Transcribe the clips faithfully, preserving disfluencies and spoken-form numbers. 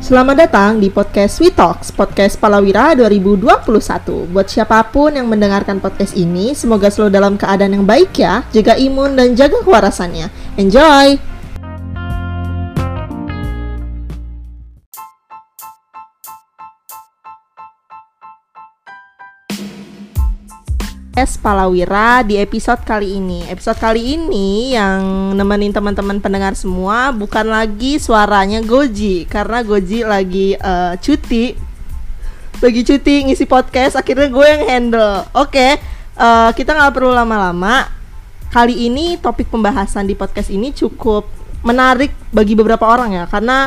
Selamat datang di podcast We Talks, podcast Palawira dua ribu dua puluh satu. Buat siapapun yang mendengarkan podcast ini, semoga selalu dalam keadaan yang baik ya. Jaga imun dan jaga kewarasannya. Enjoy! Es Palawira di episode kali ini. Episode kali ini yang nemenin teman-teman pendengar semua bukan lagi suaranya Goji, karena Goji lagi uh, cuti, lagi cuti ngisi podcast. Akhirnya gue yang handle. Oke, okay, uh, kita nggak perlu lama-lama. Kali ini topik pembahasan di podcast ini cukup menarik bagi beberapa orang ya, karena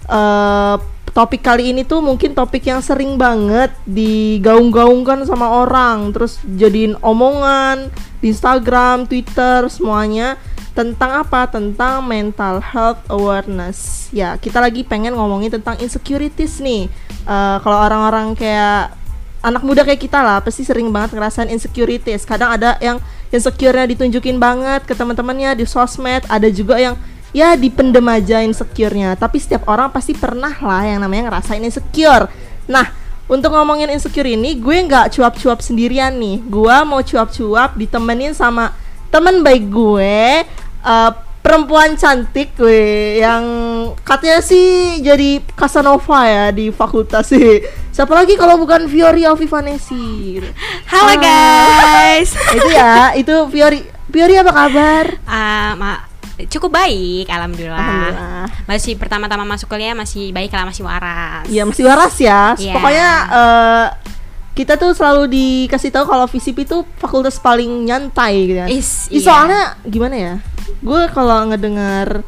uh, topik kali ini tuh mungkin topik yang sering banget digaung-gaungkan sama orang, terus jadiin omongan di Instagram, Twitter, semuanya tentang apa? Tentang mental health awareness. Ya, kita lagi pengen ngomongin tentang insecurities nih. Uh, kalau orang-orang kayak anak muda kayak kita lah, pasti sering banget ngerasain insecurities. Kadang ada yang insecure-nya ditunjukin banget ke teman-temannya di sosmed, ada juga yang ya dipendem aja insecure-nya. Tapi setiap orang pasti pernah lah yang namanya ngerasain insecure. Nah, untuk ngomongin insecure ini, gue gak cuap-cuap sendirian nih. Gue mau cuap-cuap ditemenin sama teman baik gue, uh, perempuan cantik gue, yang katanya sih jadi Casanova ya di fakultas sih. Siapa lagi kalau bukan Fiori Alvivanesi. Halo ah, guys. Itu ya, itu Fiori. Fiori apa kabar? Uh, ma- Cukup baik, alhamdulillah. Alhamdulillah. Masih pertama-tama masuk kuliah masih baik lah, masih waras. Iya, masih waras ya. Yeah. Pokoknya uh, kita tuh selalu dikasih tahu kalau V C P itu fakultas paling nyantai gitu kan. Is, iya. Soalnya gimana ya? Gue kalau ngedengar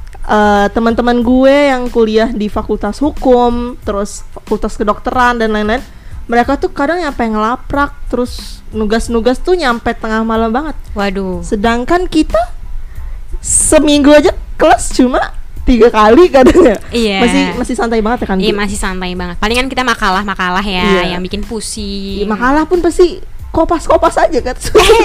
uh, teman-teman gue yang kuliah di fakultas hukum, terus fakultas kedokteran dan lain-lain, mereka tuh kadang nyampe ngelaprak, terus nugas-nugas tuh nyampe tengah malam banget. Waduh. Sedangkan kita seminggu aja kelas cuma tiga kali kadang ya. Iya. Masih masih santai banget ya kan? Iya, masih santai banget. Palingan kita makalah-makalah ya, iya, yang bikin pusing. Iya, makalah pun pasti kopas-kopas aja kan.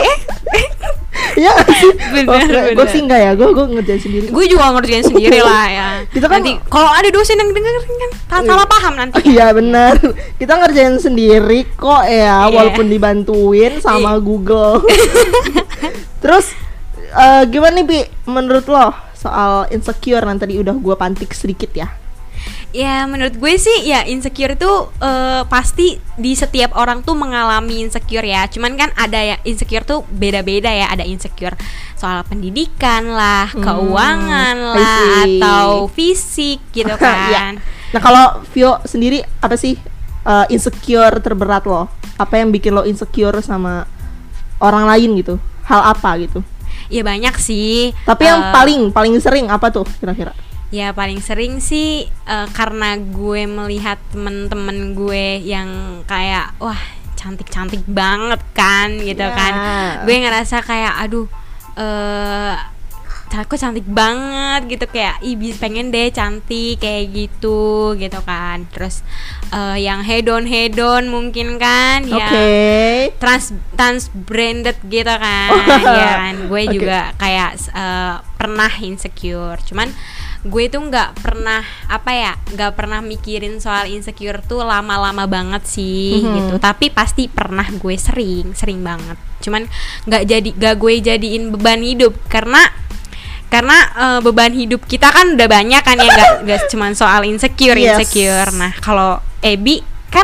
Iya sih. Bener, gue sih enggak ya, gue gue ngerjain sendiri. Gue juga ngerjain sendiri lah ya. Kita kan nanti kalau ada dosen yang dengerin kan salah paham nanti. Iya benar. Kita ngerjain sendiri kok ya, walaupun dibantuin sama Google. Terus Uh, gimana nih Pi, menurut lo soal insecure? Nanti tadi udah gue pantik sedikit ya. Ya menurut gue sih ya insecure itu uh, pasti di setiap orang tuh mengalami insecure ya. Cuman kan ada ya insecure tuh beda-beda ya. Ada insecure soal pendidikan lah, hmm, keuangan lah, atau fisik gitu kan. Ya. Nah kalau Vio sendiri apa sih uh, insecure terberat lo? Apa yang bikin lo insecure sama orang lain gitu? Hal apa gitu? Ya banyak sih. Tapi yang uh, paling paling sering apa tuh kira-kira? Ya paling sering sih uh, karena gue melihat temen-temen gue yang kayak wah cantik-cantik banget kan gitu yeah. kan. Gue ngerasa kayak aduh uh, kok cantik banget gitu, kayak ih pengen deh cantik kayak gitu gitu kan. Terus uh, yang hedon hedon mungkin kan ya okay. trans trans branded gitu kan. Ya kan gue okay. juga kayak uh, pernah insecure, cuman gue tuh nggak pernah apa ya nggak pernah mikirin soal insecure tuh lama-lama banget sih mm-hmm. gitu. Tapi pasti pernah, gue sering sering banget, cuman nggak jadi nggak gue jadiin beban hidup karena Karena uh, beban hidup kita kan udah banyak kan ya, gak, gak cuma soal insecure, yes. insecure. Nah kalau Ebi kan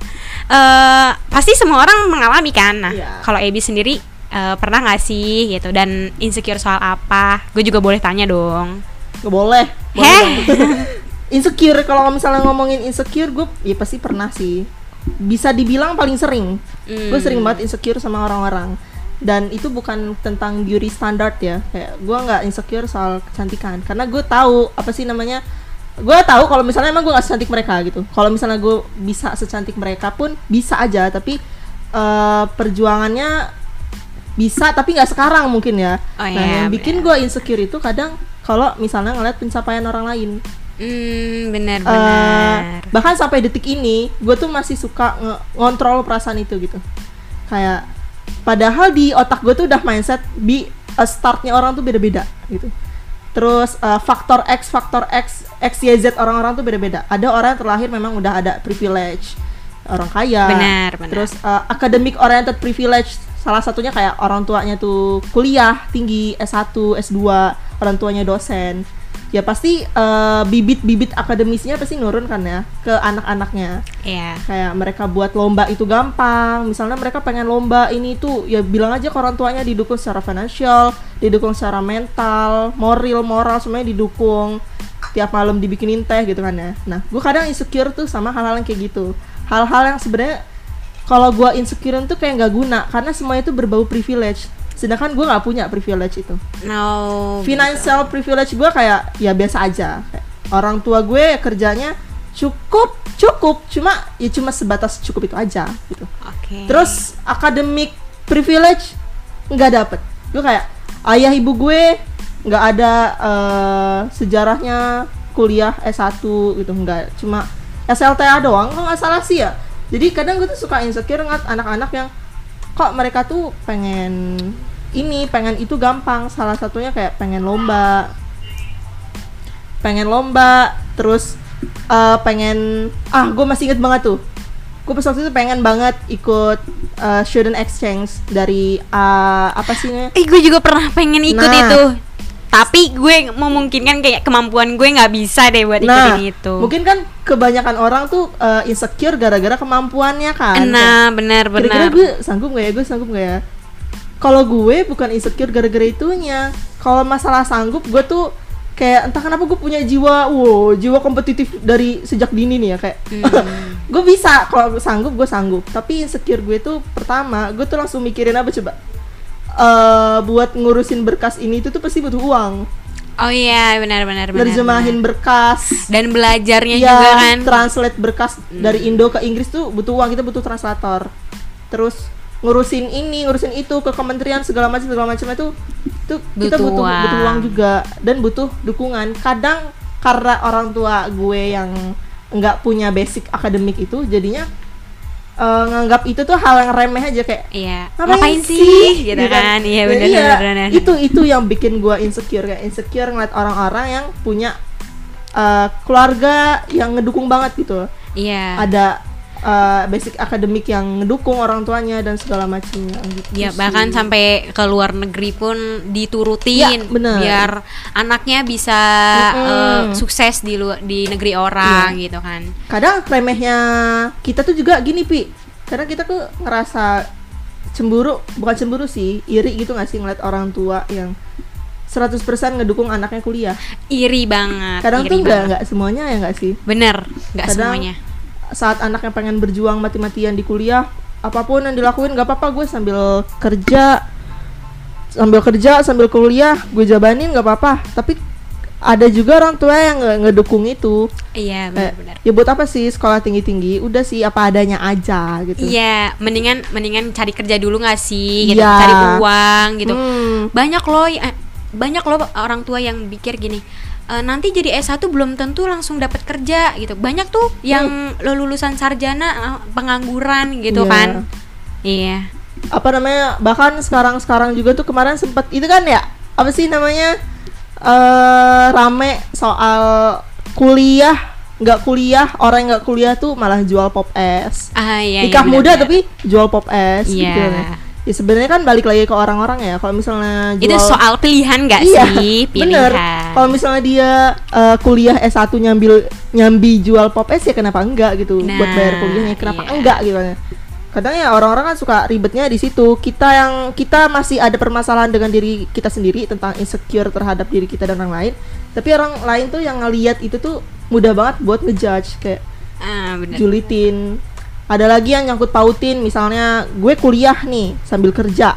uh, pasti semua orang mengalami kan. Nah yeah. kalau Ebi sendiri uh, pernah gak sih gitu, dan insecure soal apa? Gue juga boleh tanya dong. Gak boleh, boleh insecure, kalau misalnya ngomongin insecure, gue ya pasti pernah sih. Bisa dibilang paling sering mm. Gue sering banget insecure sama orang-orang. Dan itu bukan tentang beauty standard ya, kayak gue nggak insecure soal kecantikan, karena gue tahu apa sih namanya, gue tahu kalau misalnya emang gue nggak secantik mereka gitu. Kalau misalnya gue bisa secantik mereka pun bisa aja, tapi uh, perjuangannya bisa, tapi nggak sekarang mungkin ya. Oh, nah iya, yang bikin gue insecure itu kadang kalau misalnya ngeliat pencapaian orang lain. Hmm, benar-benar. Uh, bahkan sampai detik ini gue tuh masih suka nge- ngontrol perasaan itu gitu, kayak padahal di otak gue tuh udah mindset bi uh, startnya orang tuh beda-beda gitu. Terus uh, faktor X, faktor X, X, Y, Z orang-orang tuh beda-beda. Ada orang yang terlahir memang udah ada privilege, orang kaya. Benar, benar. Terus uh, academic oriented privilege, salah satunya kayak orang tuanya tuh kuliah tinggi S satu, S dua, orang tuanya dosen. Ya pasti uh, bibit-bibit akademisnya pasti nurun kan ya ke anak-anaknya. Iya. Kayak mereka buat lomba itu gampang. Misalnya mereka pengen lomba ini tuh, ya bilang aja ke orang tuanya, didukung secara financial, didukung secara mental, moral, moral semuanya didukung. Tiap malam dibikinin teh gitu kan ya. Nah, gue kadang insecure tuh sama hal-hal yang kayak gitu. Hal-hal yang sebenarnya kalau gue insecure tuh kayak nggak guna karena semuanya itu berbau privilege. Sedangkan gue nggak punya privilege itu. No. Financial gitu. Privilege gue kayak ya biasa aja. Kayak orang tua gue kerjanya cukup cukup, cuma ya cuma sebatas cukup itu aja gitu. Oke. Okay. Terus academic privilege nggak dapet. Gue kayak ayah ibu gue nggak ada uh, sejarahnya kuliah S satu gitu, nggak, cuma S L T A doang kalau nggak salah sih ya. Jadi kadang gue tuh suka insecure ngeliat anak-anak yang kok mereka tuh pengen ini, pengen itu gampang. Salah satunya kayak pengen lomba, pengen lomba, terus uh, pengen ah gue masih inget banget tuh. Gue pas waktu itu pengen banget ikut uh, student exchange dari uh, apa sih ini? Eh gue juga pernah pengen ikut Nah. itu. Tapi gue memungkinkan kayak kemampuan gue nggak bisa deh buat Nah, ikutin itu. mungkin kan kebanyakan orang tuh uh, insecure gara-gara kemampuannya kan. Nah, benar Kira-kira benar. gue sanggup gak ya, gue sanggup gak ya? Kalau gue bukan insecure gara-gara itunya. Kalau masalah sanggup, gue tuh kayak entah kenapa gue punya jiwa, wow, jiwa kompetitif dari sejak dini nih ya kayak. Hmm. Gue bisa, kalau sanggup gue sanggup. Tapi insecure gue tuh pertama, gue tuh langsung mikirin apa coba? Uh, buat ngurusin berkas ini itu tuh pasti butuh uang. Oh iya, benar benar benar. Nerjemahin benar. berkas. Dan belajarnya Ya, juga kan. translate berkas dari Indo ke Inggris tuh butuh uang, kita butuh translator. Terus ngurusin ini, ngurusin itu ke kementerian segala macam segala macam itu tuh kita Butuh butuh uang. butuh uang juga dan butuh dukungan. Kadang karena orang tua gue yang nggak punya basic akademik itu, jadinya uh, nganggap itu tuh hal yang remeh aja kayak Iya. ngapain, Ngapain sih? sih? Gitu Gitu kan. Iya Ya, benar iya, benar benar. Itu itu yang bikin gue insecure, kayak insecure ngeliat orang-orang yang punya uh, keluarga yang ngedukung banget gitu. Iya. Ada uh, basic akademik yang ngedukung orang tuanya dan segala macamnya gitu. Ya sih. bahkan sampai ke luar negeri pun diturutin Ya, bener. biar anaknya bisa Mm-mm. uh, sukses di luar di negeri orang Iya. gitu kan. Kadang remehnya kita tuh juga gini Pi, karena kita tuh ngerasa cemburu, bukan cemburu sih, iri gitu gak sih ngeliat orang tua yang seratus persen ngedukung anaknya kuliah. Iri banget. Kadang iri tuh nggak banget. nggak semuanya ya nggak sih. Bener, nggak Kadang semuanya. saat anaknya pengen berjuang mati-matian di kuliah, apapun yang dilakuin nggak apa-apa, gue sambil kerja sambil kerja sambil kuliah gue jabanin nggak apa-apa. Tapi ada juga orang tua yang nge- ngedukung itu. Iya Kayak, benar-benar. ya buat apa sih sekolah tinggi-tinggi, udah sih apa adanya aja gitu. Iya, mendingan mendingan cari kerja dulu nggak sih, gitu, Iya. cari uang gitu. Hmm. Banyak loh, eh, banyak loh orang tua yang pikir gini. "E, nanti jadi S satu belum tentu langsung dapat kerja gitu. Banyak tuh yang lo lulusan sarjana eh, pengangguran gitu Iya. kan. Iya. Apa namanya, bahkan sekarang-sekarang juga tuh kemarin sempat itu kan ya, apa sih namanya, eh rame soal kuliah nggak kuliah, orang yang nggak kuliah tuh malah jual pop es. Ah iya. Nikah iya, muda benar-benar. tapi jual pop es Iya. gitu. Ya sebenarnya kan balik lagi ke orang-orang ya. Kalau misalnya jual, Itu soal pilihan nggak iya, sih? bener. Pilihan. Kalau misalnya dia eh, kuliah S satu nyambil nyambi jual pop es, ya kenapa enggak gitu, Nah, buat bayar kuliahnya kenapa iya. enggak gitu. Kadang ya orang-orang kan suka ribetnya di situ. Kita yang kita masih ada permasalahan dengan diri kita sendiri tentang insecure terhadap diri kita dan orang lain. Tapi orang lain tuh yang ngelihat itu tuh mudah banget buat ngejudge, kayak Ah, bener. julitin. Ada lagi yang nyangkut pautin, misalnya gue kuliah nih sambil kerja.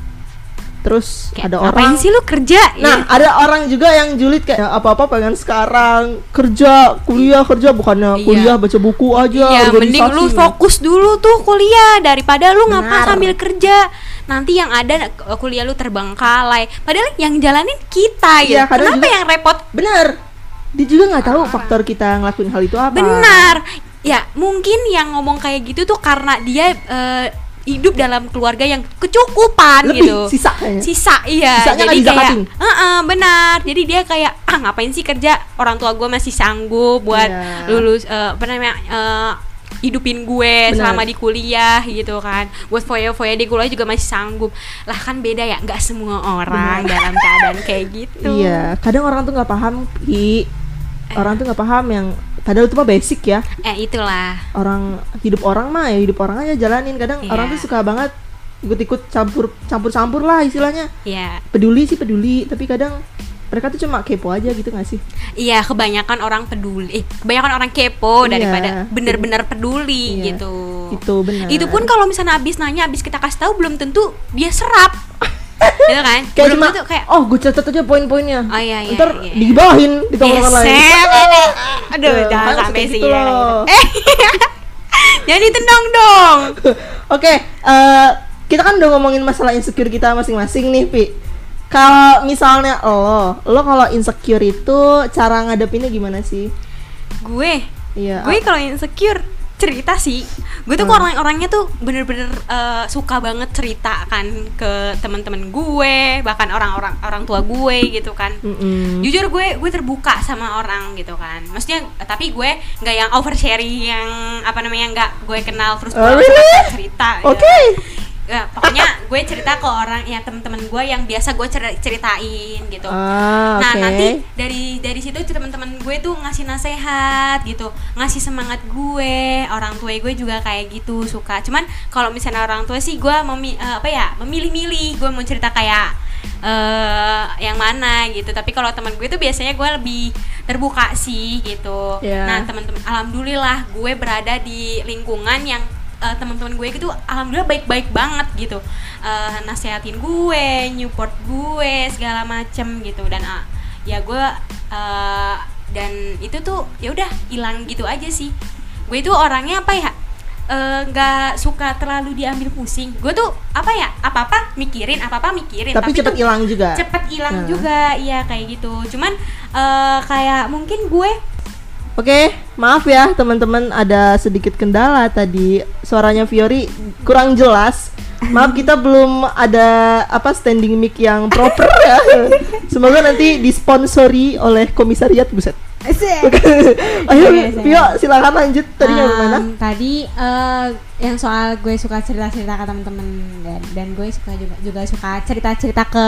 Terus Kayak, ada ngapain orang sih lu kerja? Nah, ada orang juga yang julid kayak apa-apa pengen sekarang kerja, kuliah, kerja, bukannya Iya. kuliah baca buku aja, Iya, mending organisasi. lu fokus dulu tuh kuliah daripada lu ngapa Benar. sambil kerja. Nanti yang ada uh, kuliah lu terbengkalai. Padahal yang jalanin kita gitu. Iya, kadang Kenapa juga- yang repot? Bener. Dia juga nggak tahu faktor kita ngelakuin hal itu apa. Benar. Ya, mungkin yang ngomong kayak gitu tuh karena dia uh, hidup dalam keluarga yang kecukupan Lebih gitu. sisa kayaknya. Sisa iya. Sisanya nggak Jadi kayak dizakatin. "Heeh, benar. jadi dia kayak ah ngapain sih kerja, orang tua gue masih sanggup buat yeah. lulus uh, apa namanya uh, hidupin gue Bener. selama di kuliah gitu kan, buat foya-foya di kuliah juga masih sanggup lah. Kan beda ya, nggak semua orang Bener. dalam keadaan kayak gitu. Iya, kadang orang tuh nggak paham Pi. Orang tuh nggak paham yang padahal itu mah basic ya. Eh itulah. Orang hidup orang mah ya hidup orang aja jalanin. Kadang yeah. orang tuh suka banget ikut-ikut campur campur-campur lah istilahnya. Iya. Yeah. Peduli sih peduli, tapi kadang mereka tuh cuma kepo aja gitu gak sih? Iya, kebanyakan orang peduli. Eh, kebanyakan orang kepo daripada iya, bener-bener peduli iya, gitu. Itu benar. Itu pun kalau misalnya abis nanya, abis kita kasih tahu belum tentu dia serap. Gitu kan? Kayak belum cuma, tentu kayak oh gue catat aja poin-poinnya. Oh iya iya. Ntar iya, iya. digibahin di tongkrongan lain. Aduh, jangan sampai sih. Gitu eh, jangan ditendang dong. Oke, okay, uh, kita kan udah ngomongin masalah insecure kita masing-masing nih, Pi. Kalau misalnya lo, lo kalau insecure itu cara ngadepinnya gimana sih? Gue, iya. Gue kalau insecure cerita sih. Gue tuh hmm. orang-orangnya tuh bener-bener uh, suka banget cerita kan ke teman-teman gue, bahkan orang-orang orang tua gue gitu kan. Mm-hmm. Jujur gue gue terbuka sama orang gitu kan. Maksudnya tapi gue nggak yang oversharing yang apa namanya nggak gue kenal terus gue oh, really? cerita. Oke. Okay. Ya, pokoknya gue cerita ke orang ya teman-teman gue yang biasa gue cer- ceritain gitu. Ah, nah okay. nanti dari dari situ teman-teman gue tuh ngasih nasehat gitu, ngasih semangat gue. Orang tua gue juga kayak gitu suka. Cuman kalau misalnya orang tua sih gue memi- uh, apa ya memilih-milih. Gue mau cerita kayak uh, yang mana gitu. Tapi kalau teman gue tuh biasanya gue lebih terbuka sih gitu. Yeah. Nah teman-teman, alhamdulillah gue berada di lingkungan yang Uh, teman-teman gue itu alhamdulillah baik-baik banget gitu, uh, nasehatin gue, nyupport gue segala macem gitu. Dan uh, ya gue uh, dan itu tuh ya udah hilang gitu aja sih. Gue itu orangnya apa ya, nggak uh, suka terlalu diambil pusing. Gue tuh apa ya, apa-apa mikirin, apa-apa mikirin. Tapi, tapi cepet hilang juga. Cepet hilang nah. juga, iya kayak gitu. Cuman uh, kayak mungkin gue Oke, okay, maaf ya teman-teman, ada sedikit kendala tadi, suaranya Fiori kurang jelas. Maaf, kita belum ada apa standing mic yang proper ya. Semoga nanti disponsori oleh komisariat. Buset. Ayo Vio, silakan lanjut. Tadi um, yang mana? Tadi uh, yang soal gue suka cerita-cerita ke teman-teman dan, dan gue suka juga juga suka cerita-cerita ke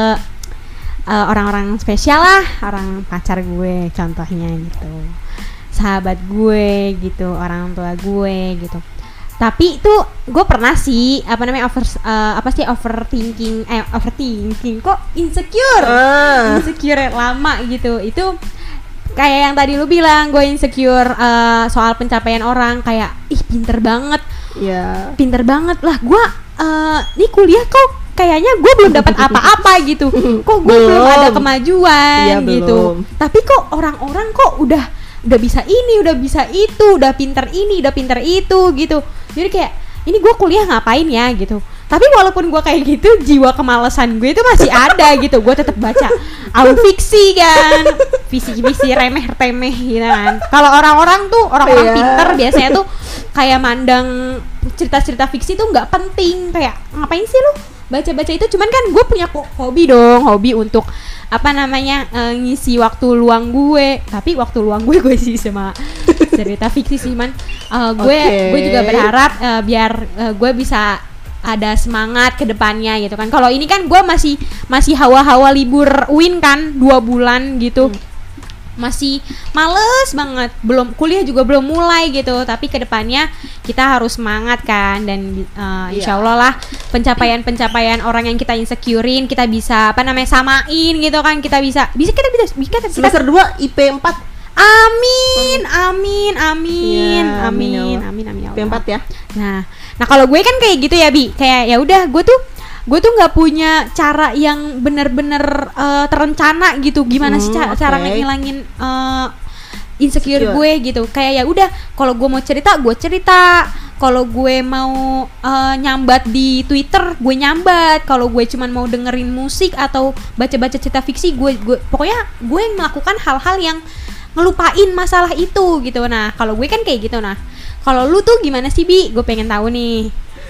uh, orang-orang spesial lah, orang pacar gue contohnya gitu. Sahabat gue gitu, orang tua gue gitu. Tapi itu gue pernah sih apa namanya over uh, apa sih overthinking eh overthinking kok insecure uh. insecure lama gitu. Itu kayak yang tadi lu bilang, gue insecure uh, soal pencapaian orang, kayak ih pinter banget ya yeah. pinter banget lah gue uh, nih kuliah kok kayaknya gue belum dapat apa-apa gitu, kok gue belum. belum ada kemajuan ya, gitu belum. Tapi kok orang-orang kok udah udah bisa ini, udah bisa itu, udah pinter ini, udah pinter itu gitu. Jadi kayak ini gue kuliah ngapain ya gitu. Tapi walaupun gue kayak gitu, jiwa kemalasan gue itu masih ada gitu. Gue tetap baca au fiksi kan, visi-visi remeh-temeh gitu kan. Kalau orang-orang tuh, orang-orang yeah. pinter biasanya tuh kayak mandang cerita-cerita fiksi tuh nggak penting. Kayak ngapain sih lu baca-baca itu? Cuman kan gue punya hobi dong, hobi untuk apa namanya uh, ngisi waktu luang gue. Tapi waktu luang gue gue sih sama cerita fiksi sih man. Uh, gue okay. gue juga berharap uh, biar uh, gue bisa ada semangat ke depannya gitu kan. Kalau ini kan gue masih masih hawa-hawa libur U I N kan dua bulan gitu. Hmm. Masih males banget, belum kuliah juga belum mulai gitu. Tapi kedepannya kita harus semangat kan. Dan uh, insya Allah lah pencapaian-pencapaian orang yang kita insecurein kita bisa apa namanya samain gitu kan. Kita bisa bisa kita bisa bisa kita, semester dua I P empat. Amin amin amin ya, amin amin amin ya I P empat ya. Nah nah kalau gue kan kayak gitu ya Bi, kayak ya udah gue tuh gue tuh nggak punya cara yang bener-bener uh, terencana gitu, gimana hmm, sih ca- okay. cara ngilangin uh, insecure Secure. gue gitu. Kayak ya udah, kalau gue mau cerita gue cerita, kalau gue mau uh, nyambat di Twitter gue nyambat, kalau gue cuman mau dengerin musik atau baca-baca cerita fiksi gue gue pokoknya gue melakukan hal-hal yang ngelupain masalah itu gitu. Nah kalau gue kan kayak gitu. Nah kalau lu tuh gimana sih Bi? Gue pengen tahu nih.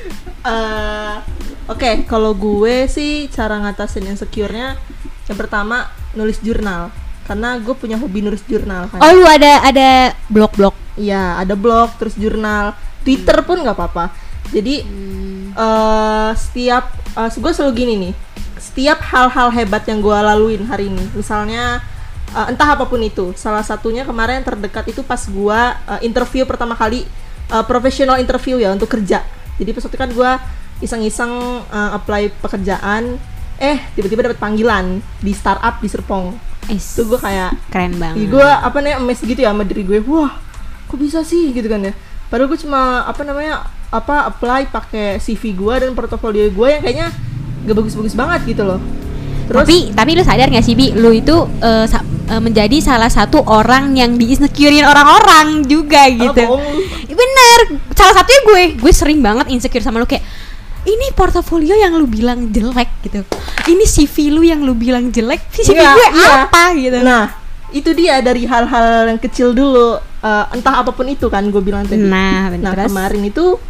Uh, Oke, okay, kalau gue sih cara ngatasin insecure-nya yang pertama nulis jurnal. karena gue punya hobi nulis jurnal kan. Oh lu ada ada blog-blog? Iya ada blog terus jurnal, Twitter pun nggak apa-apa. Jadi hmm. uh, setiap uh, gue selalu gini nih, setiap hal-hal hebat yang gue laluin hari ini, misalnya uh, entah apapun itu, salah satunya kemarin terdekat itu pas gue uh, interview pertama kali, uh, professional interview ya untuk kerja. Jadi pas itu kan gue iseng-iseng uh, apply pekerjaan, eh tiba-tiba dapat panggilan di startup di Serpong. Es, Tuh gue kayak keren banget. Gue apa namanya emes gitu ya sama diri gue, wah kok bisa sih gitu kan ya. Padahal gue cuma apa namanya apa apply pakai C V gue dan portofolio gue yang kayaknya gak bagus-bagus banget gitu loh. Terus, tapi tapi lu sadar gak sih Bi, lu itu uh, sa- uh, menjadi salah satu orang yang di-insecurein orang-orang juga gitu. Oh, bener, salah satunya gue, gue sering banget insecure sama lu kayak ini portofolio yang lu bilang jelek gitu, ini C V lu yang lu bilang jelek, C V iya, gue iya. apa gitu. Nah itu dia dari hal-hal yang kecil dulu, uh, entah apapun itu kan gue bilang tadi. Nah, nah kemarin itu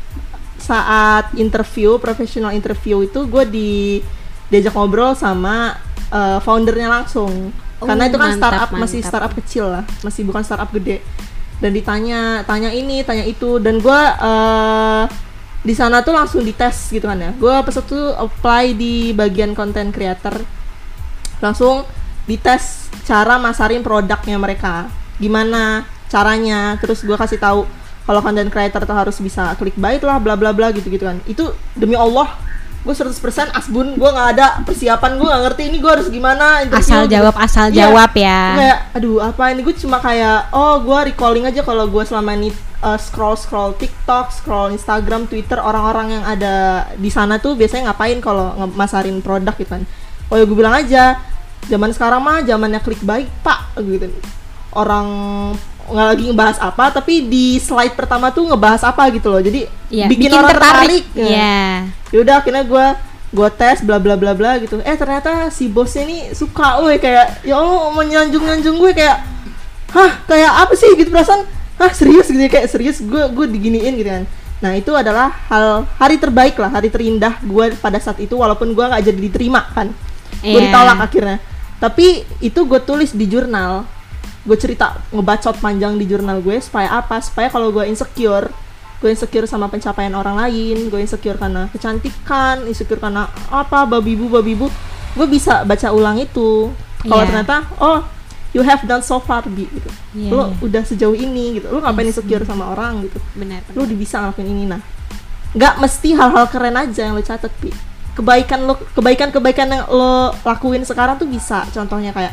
saat interview, professional interview itu gue di diajak ngobrol sama uh, foundernya langsung. Oh, karena itu kan mantap, startup mantap. Masih startup kecil lah, masih bukan startup gede. Dan ditanya, tanya ini, tanya itu, dan gue uh, di sana tuh langsung dites gitu kan ya. Gue pas itu apply di bagian content creator, langsung dites cara masarin produknya mereka, gimana caranya. Terus gue kasih tahu kalau content creator tuh harus bisa clickbait lah, bla bla bla gitu gitu kan. Itu demi Allah gue seratus persen asbun, gue nggak ada persiapan, gue nggak ngerti ini gue harus gimana interview, asal gitu. jawab asal ya, jawab ya kayak aduh apa ini, gue cuma kayak oh gue recalling aja kalau gue selama ini uh, scroll scroll TikTok, scroll Instagram, Twitter, orang-orang yang ada di sana tuh biasanya ngapain kalau ngemasarin produk gitu kan. Oh ya gue bilang aja, zaman sekarang mah zamannya clickbait pak gitu, orang nggak lagi ngebahas apa tapi di slide pertama tuh ngebahas apa gitu loh, jadi ya, bikin, bikin orang tertarik, tertarik ya. Yaudah akhirnya gue gue tes bla bla bla bla gitu, eh ternyata si bosnya ini suka, woi kayak ya Allah mau nyanjung nyanjung gue kayak hah kayak apa sih gitu, perasaan hah serius gitu ya, kayak serius gue gue diginiin gitu kan. Nah itu adalah hal hari terbaik lah, hari terindah gue pada saat itu, walaupun gue nggak jadi diterima kan, gue yeah. ditolak akhirnya, tapi itu gue tulis di jurnal, gue cerita ngebacot panjang di jurnal gue supaya apa, supaya kalau gue insecure, gue insecure sama pencapaian orang lain, gue insecure karena kecantikan, insecure karena apa babibu babibu, gue bisa baca ulang itu. Kalau yeah. ternyata oh you have done so far Bi gitu, yeah, lo yeah. udah sejauh ini gitu, lo ngapain yes. insecure sama orang gitu, benar, lo udah bisa ngelakuin ini. Nah nggak mesti hal-hal keren aja yang lo catat Bi, kebaikan lo, kebaikan-kebaikan yang lo lakuin sekarang tuh bisa, contohnya kayak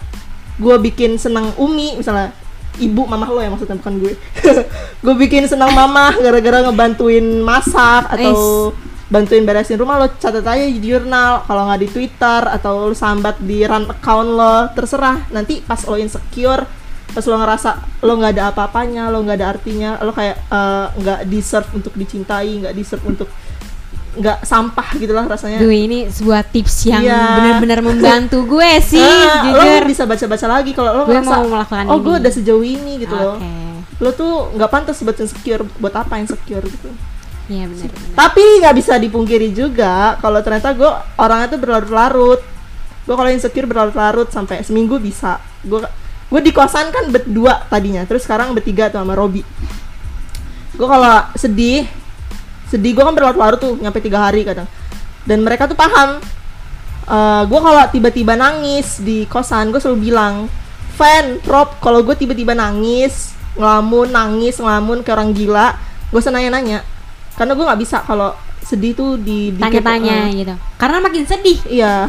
gue bikin senang Umi misalnya, ibu mamah lo ya maksudnya, bukan gue. Gue bikin senang mamah gara-gara ngebantuin masak atau Eish. bantuin beresin rumah, lo catat aja di jurnal, kalau nggak di Twitter atau lo sambat di run account lo, terserah. Nanti pas lo insecure, pas lo ngerasa lo nggak ada apa-apanya, lo nggak ada artinya, lo kayak nggak uh, deserve untuk dicintai, nggak deserve untuk, nggak sampah gitulah rasanya. Duh ini sebuah tips yang yeah. benar-benar membantu gue sih. uh, jujur. Lo bisa baca-baca lagi kalau lo gue ngerasa mau melakukan oh ini. gue udah sejauh ini gitu okay. loh. Lo tuh nggak pantas buat insecure, buat apa insecure gitu. Iya benar. Tapi nggak bisa dipungkiri juga kalau ternyata gue orangnya tuh berlarut-larut. Gue kalau insecure berlarut-larut sampai seminggu bisa. Gue gue di kosan kan berdua tadinya, terus sekarang bertiga tuh sama Robi. Gue kalau sedih sedih gue kan berlarut-larut tuh nyampe tiga hari kadang, dan mereka tuh paham. uh, gue kalau tiba-tiba nangis di kosan, gue selalu bilang Fan, Rob, kalau gue tiba-tiba nangis ngelamun nangis ngelamun kayak orang gila, gue usah nanya-nanya, karena gue nggak bisa kalau sedih tuh di tanya-tanya uh, gitu, karena makin sedih. Iya.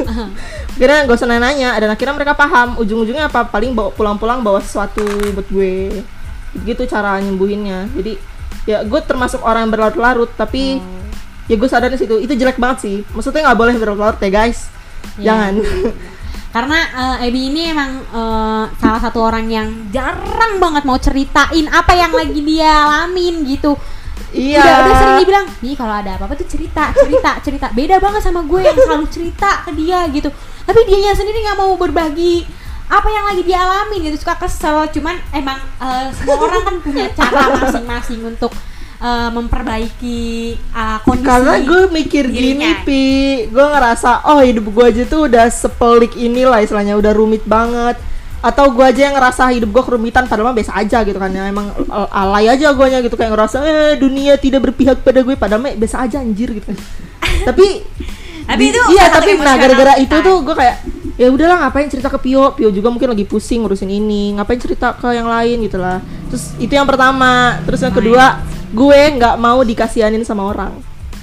Karena gak usah nanya-nanya, dan akhirnya mereka paham. Ujung-ujungnya apa, paling bawa pulang-pulang bawa sesuatu buat gue, gitu cara nyembuhinnya. Jadi ya gue termasuk orang yang berlarut-larut, tapi hmm. ya gue sadar di situ itu jelek banget sih, maksudnya nggak boleh berlarut-larut ya guys, yeah. Jangan. Karena uh, Ebi ini emang uh, salah satu orang yang jarang banget mau ceritain apa yang lagi dia alamin gitu. Iya. Udah, udah sering dibilang nih kalau ada apa-apa tuh cerita, cerita, cerita. Beda banget sama gue yang selalu cerita ke dia gitu. Tapi dianya sendiri nggak mau berbagi apa yang lagi dia alami gitu, suka kesel. Cuman emang uh, semua orang kan punya cara masing-masing untuk uh, memperbaiki uh, kondisi. Karena gue mikir dirinya. Gini Pi, gue ngerasa oh hidup gue aja tuh udah sepelik inilah istilahnya, udah rumit banget. atau gue aja yang ngerasa hidup gue kerumitan padahal mah biasa aja gitu kan ya, emang alay aja guanya gitu, kayak ngerasa eh dunia tidak berpihak pada gue padahal mah biasa aja anjir gitu. Tapi Tapi di, itu iya salah tapi satu nah gara-gara emosional itu kita. tuh gue kayak ya udahlah ngapain cerita ke Pio, Pio juga mungkin lagi pusing ngurusin ini, ngapain cerita ke yang lain gitu lah. Terus itu yang pertama, terus yang kedua gue nggak mau dikasihanin sama orang,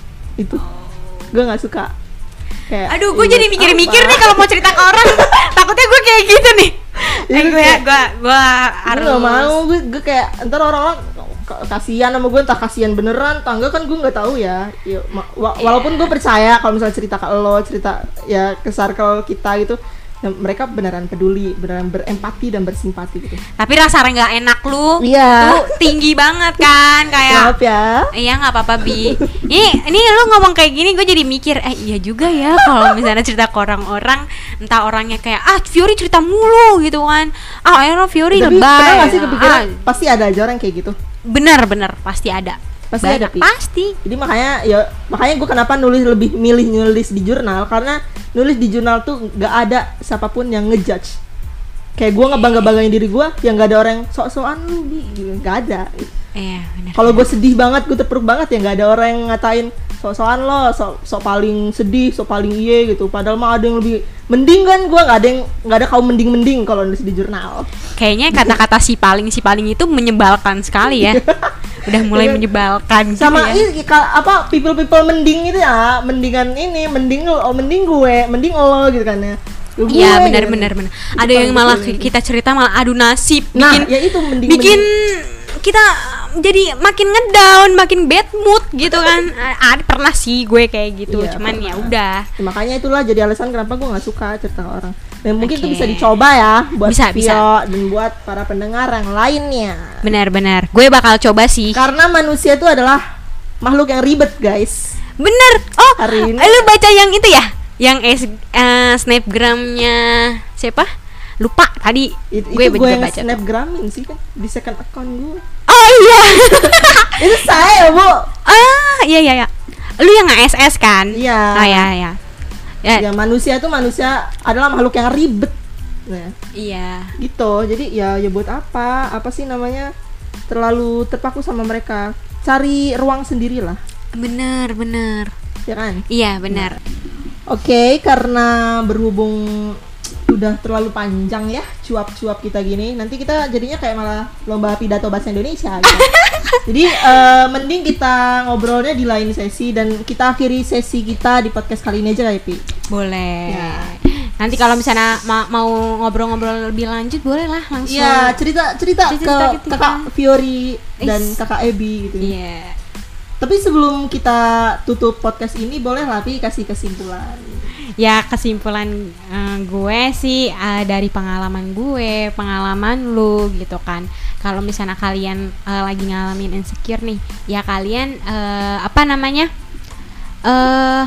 itu gue nggak suka. Kayak, Aduh, gue "Ih, jadi buat mikir-mikir apa?" nih kalau mau cerita ke orang. Takutnya gue kayak gitu nih. Iya, Eh gue ya, kayak- gue gue Gue harus. gak mau, gue, gue kayak ntar orang-orang k- kasihan sama gue, entah kasihan beneran, tangga kan gue nggak tahu ya. Ya, ma- wa- walaupun gue percaya kalau misalnya cerita ke lo, cerita ya ke circle kita gitu, ya mereka beneran peduli, beneran berempati dan bersimpati gitu. Tapi rasa nggak enak lu Iya. tuh tinggi banget kan, kayak. Maaf ya. Iya nggak apa-apa Bi. Ini ini lu ngomong kayak gini gue jadi mikir eh iya juga ya kalau misalnya cerita ke orang-orang, entah orangnya kayak ah Fiori cerita mulu gitu kan, ah akhirnya Fiori Tapi lebay. pernah gak sih kepikiran Ah, pasti ada aja orang kayak gitu. bener-bener pasti ada. Pasti Banyak, ada, Pi. pasti. Jadi makanya ya makanya gue kenapa nulis lebih milih nulis di jurnal, karena nulis di jurnal tuh nggak ada siapapun yang ngejudge. Kayak gue ngebangga-banggain diri gue, yang nggak ada orang yang sok-sokan lu Bi, gitu. Nggak ada. Iya bener. Kalau gue sedih banget, gue terpuruk banget, ya nggak ada orang yang ngatain sok-sokan lo, sok sok paling sedih, sok paling iye gitu. Padahal mah ada yang lebih mending kan, gue nggak ada yang nggak ada kaum mending-mending kalau nulis di jurnal. Kayaknya kata-kata si paling si paling itu menyebalkan sekali ya. Udah mulai menyebalkan gitu Sama ya. ini ka- apa people people mending itu ya, mendingan ini, mending lo, oh, mending gue, mending lo gitu kan ya. Ya gue, Iya benar gitu. benar benar. Itu Ada yang paling malah betul. kita cerita malah adu nasib, Nah, bikin ya itu mending bikin kita jadi makin ngedown, makin bad mood gitu kan. Ada pernah sih gue kayak gitu, Iya, cuman pernah. ya udah. Ya, makanya itulah jadi alasan kenapa gue nggak suka cerita ke orang. Dan mungkin itu Oke. bisa dicoba ya buat Bisa, Vio bisa. dan buat para pendengar yang lainnya. Benar-benar. Gue bakal coba sih. Karena manusia itu adalah makhluk yang ribet, guys. Bener. Oh, Hari ini- lu baca yang itu ya? Yang es, eh, snapgramnya siapa? Lupa tadi. It- gue itu gue juga yang baca. snapgramin sih kan di second account gue. Oh iya. Itu saya, Bu. Ah, iya iya iya. Lu yang nge-S S kan? Iya. Oh iya iya. Ya, Ya manusia itu manusia adalah makhluk yang ribet. Nah, iya. gitu. Jadi ya ya buat apa? Apa sih namanya? Terlalu terpaku sama mereka. Cari ruang sendirilah, Bener bener. ya kan? Iya bener. Oke, karena berhubung udah terlalu panjang ya cuap-cuap kita gini, nanti kita jadinya kayak malah lomba pidato bahasa Indonesia gitu. Jadi eh, mending kita ngobrolnya di lain sesi dan kita akhiri sesi kita di podcast kali ini aja ya, Pi. Boleh. Ya. Nanti kalau misalnya ma- mau ngobrol-ngobrol lebih lanjut boleh lah langsung. Iya, cerita cerita ke Cerita kita. kakak Fiori dan Is. kakak Ebi gitu. Iya. Tapi sebelum kita tutup podcast ini, boleh lah Pi kasih kesimpulan. Ya kesimpulan eh, gue sih eh, dari pengalaman gue, pengalaman lu gitu kan. Kalau misalnya kalian eh, lagi ngalamin insecure nih, ya kalian eh, apa namanya? eh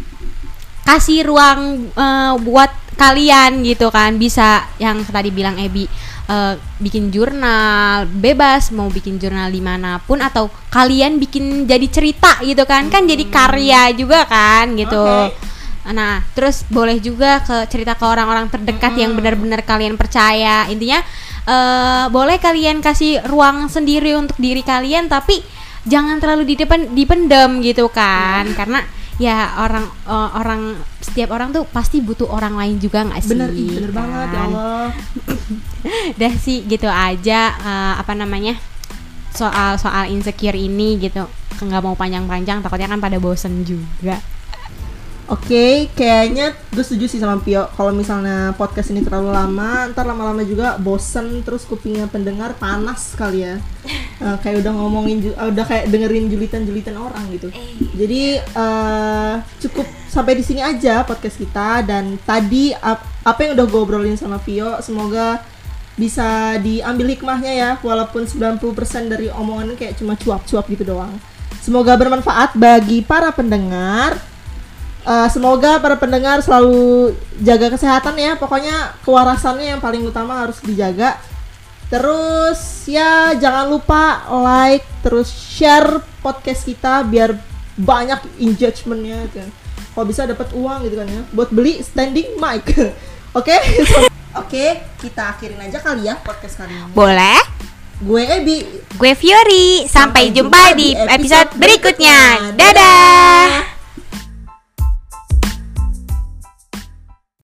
kasih ruang eh, buat kalian gitu kan. Bisa yang tadi bilang Ebi, eh, bikin jurnal bebas, mau bikin jurnal dimanapun atau kalian bikin jadi cerita gitu kan, kan jadi karya juga kan gitu. Oke. Nah, terus boleh juga ke cerita ke orang-orang terdekat yang benar-benar kalian percaya. Intinya eh, boleh kalian kasih ruang sendiri untuk diri kalian, tapi jangan terlalu di depan dipendam gitu kan. Karena ya orang eh, orang setiap orang tuh pasti butuh orang lain juga nggak sih? Bener, ih, bener kan? banget ya Allah. Udah sih gitu aja eh, apa namanya? Soal soal insecure ini gitu. Nggak mau panjang-panjang, takutnya kan pada bosen juga. Oke, kayaknya gue setuju sih sama Pio. Kalau misalnya podcast ini terlalu lama, ntar lama-lama juga bosen, terus kupingnya pendengar panas kali ya. Eh, kayak udah ngomongin, ju- eh, udah kayak dengerin julitan-julitan orang gitu. Jadi eh, cukup sampai di sini aja podcast kita. Dan tadi ap- apa yang udah gue obrolin sama Pio, semoga bisa diambil hikmahnya ya. Walaupun sembilan puluh persen dari omongannya kayak cuma cuap-cuap gitu doang. Semoga bermanfaat bagi para pendengar. Uh, semoga para pendengar selalu jaga kesehatan ya. Pokoknya kewarasannya yang paling utama harus dijaga. Terus ya jangan lupa like, terus share podcast kita biar banyak engagementnya gitu kan. Kalau bisa dapat uang gitu kan ya, buat beli standing mic. Oke. Oke, kita akhirin aja kali ya podcast kali ini. Boleh? Gue Ebi. Gue Fiori. Sampai, Sampai jumpa jumpa di di episode episode berikutnya. berikutnya. Dadah.